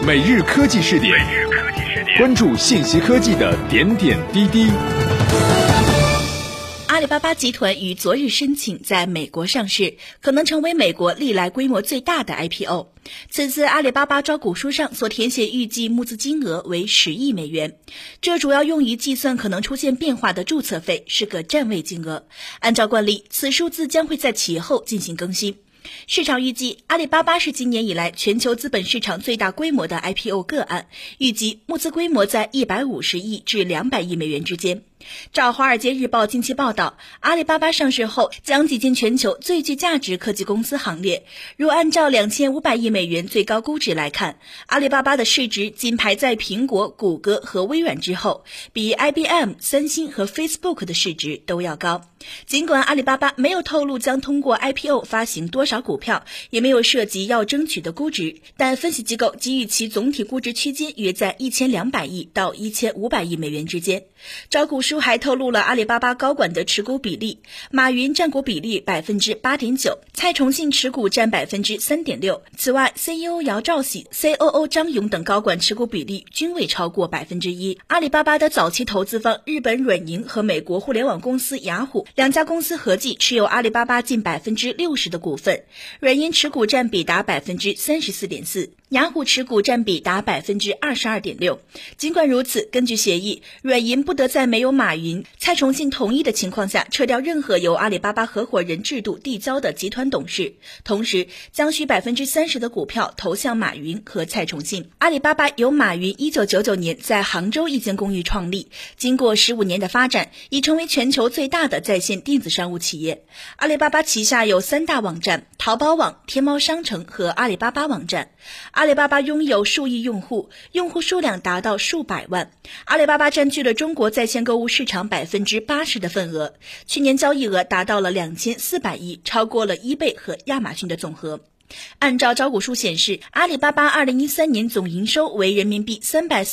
每日科技视点，关注信息科技的点点滴滴。 阿里巴巴集团于昨日申请在美国上市，可能成为美国历来规模最大的 IPO。此次阿里巴巴招股书上所填写预计募资金额为10亿美元，这主要用于计算可能出现变化的注册费，是个占位金额。按照惯例，此数字将会在其后进行更新。市场预计，阿里巴巴是今年以来全球资本市场最大规模的 IPO 个案，预计募资规模在150亿至200亿美元之间。照《华尔街日报》近期报道，阿里巴巴上市后将挤进全球最具价值科技公司行列。如按照2500亿美元最高估值来看，阿里巴巴的市值仅排在苹果、谷歌和微软之后，比 IBM、三星和 Facebook 的市值都要高。尽管阿里巴巴没有透露将通过 IPO 发行多少股票，也没有涉及要争取的估值，但分析机构给予其总体估值区间约在1200亿到1500亿美元之间。招股书还透露了阿里巴巴高管的持股比例，马云占股比例 8.9%， 蔡崇信持股占 3.6%。此外 CEO 姚兆喜、COO 张勇等高管持股比例均未超过 1%。 阿里巴巴的早期投资方日本软银和美国互联网公司雅虎两家公司合计持有阿里巴巴近 60% 的股份，软银持股占比达 34.4%， 雅虎持股占比达 22.6%。 尽管如此，根据协议，软银不得在没有马云、蔡崇信同意的情况下撤掉任何由阿里巴巴合伙人制度递交的集团董事，同时将需 30% 的股票投向马云和蔡崇信。阿里巴巴由马云1999年在杭州一间公寓创立，经过15年的发展，已成为全球最大的在线电子商务企业。阿里巴巴旗下有3大网站：淘宝网、天猫商城和阿里巴巴网站。阿里巴巴拥有数亿用户，用户数量达到数百万。阿里巴巴占据了中国在线购物市场 80% 的份额，去年交易额达到了2400亿，超过了eBay和亚马逊的总和。按照招股书显示，阿里巴巴2013年总营收为人民币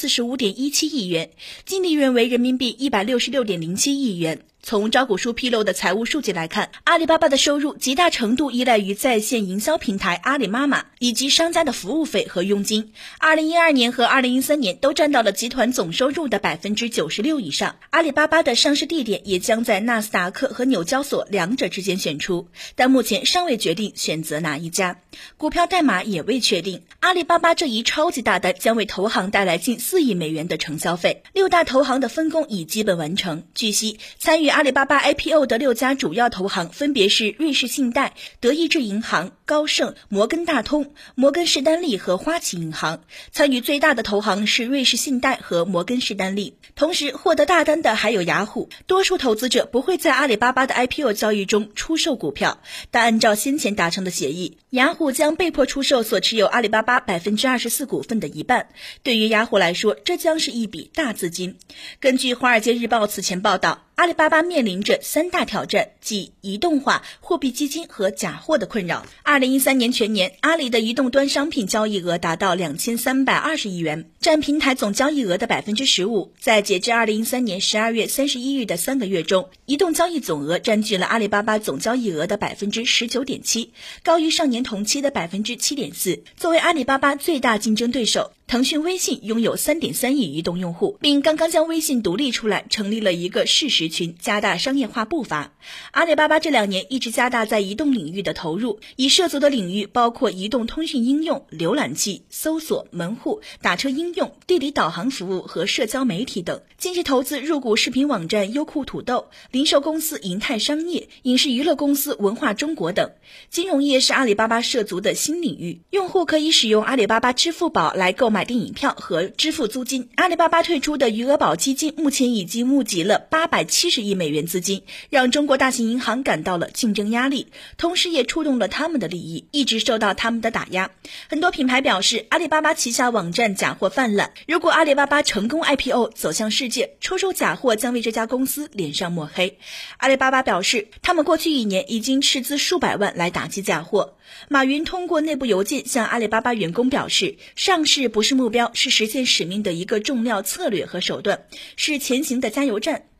345.17亿元，净利润为人民币166.07亿元。从招股书披露的财务数据来看，阿里巴巴的收入极大程度依赖于在线营销平台阿里妈妈以及商家的服务费和佣金。2012年和2013年都占到了集团总收入的 96% 以上。阿里巴巴的上市地点也将在纳斯达克和纽交所两者之间选出，但目前尚未决定选择哪一家，股票代码也未确定。阿里巴巴这一超级大单将为投行带来近4亿美元的承销费，6大投行的分工已基本完成。据悉，参与阿里巴巴 IPO 的6家主要投行分别是瑞士信贷、德意志银行、高盛、摩根大通、摩根士丹利和花旗银行。参与最大的投行是瑞士信贷和摩根士丹利。同时获得大单的还有雅虎。多数投资者不会在阿里巴巴的 IPO 交易中出售股票，但按照先前达成的协议，雅虎将被迫出售所持有阿里巴巴 24% 股份的一半。对于雅虎来说，这将是一笔大资金。根据《华尔街日报》此前报道，阿里巴巴面临着3大挑战，即移动化、货币基金和假货的困扰。2013年全年，阿里的移动端商品交易额达到2320亿元，占平台总交易额的 15%。在截至2013年12月31日的3个月中，移动交易总额占据了阿里巴巴总交易额的 19.7%， 高于上年同期的 7.4%。作为阿里巴巴最大竞争对手，腾讯微信拥有 3.3 亿移动用户，并刚刚将微信独立出来，成立了一个事实群，加大商业化步伐。阿里巴巴这2年一直加大在移动领域的投入，已涉足的领域包括移动通讯应用、浏览器、搜索、门户、打车应用、地理导航服务和社交媒体等。近日投资入股视频网站优酷土豆、零售公司银泰商业、影视娱乐公司文化中国等。金融业是阿里巴巴涉足的新领域，用户可以使用阿里巴巴支付宝来购买电影票和支付租金。阿里巴巴退出的余额宝基金目前已经募集了870亿美元资金，让中国大型银行感到了竞争压力，同时也触动了他们的利益，一直受到他们的打压。很多品牌表示，阿里巴巴旗下网站假货泛滥，如果阿里巴巴成功 IPO 走向世界，出售假货将为这家公司脸上抹黑。阿里巴巴表示，他们过去1年已经斥资数百万来打击假货。马云通过内部邮件向阿里巴巴员工表示，上市不是目标，是实现使命的一个重要策略和手段，是前行的加油站。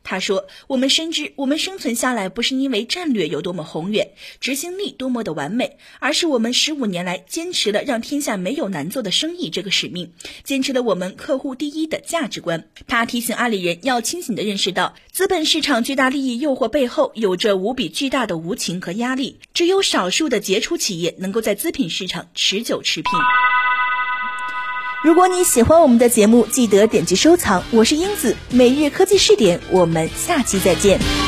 他说，我们深知我们生存下来不是因为战略有多么宏远，执行力多么的完美，而是我们15年来坚持了让天下没有难做的生意这个使命，坚持了我们客户第一的价值观。他提醒阿里人要清醒地认识到，资本市场巨大利益诱惑背后有着无比巨大的无情和压力，只有少数的杰出企业能够在资品市场持久持平。如果你喜欢我们的节目，记得点击收藏。我是英子，每日科技视点，我们下期再见。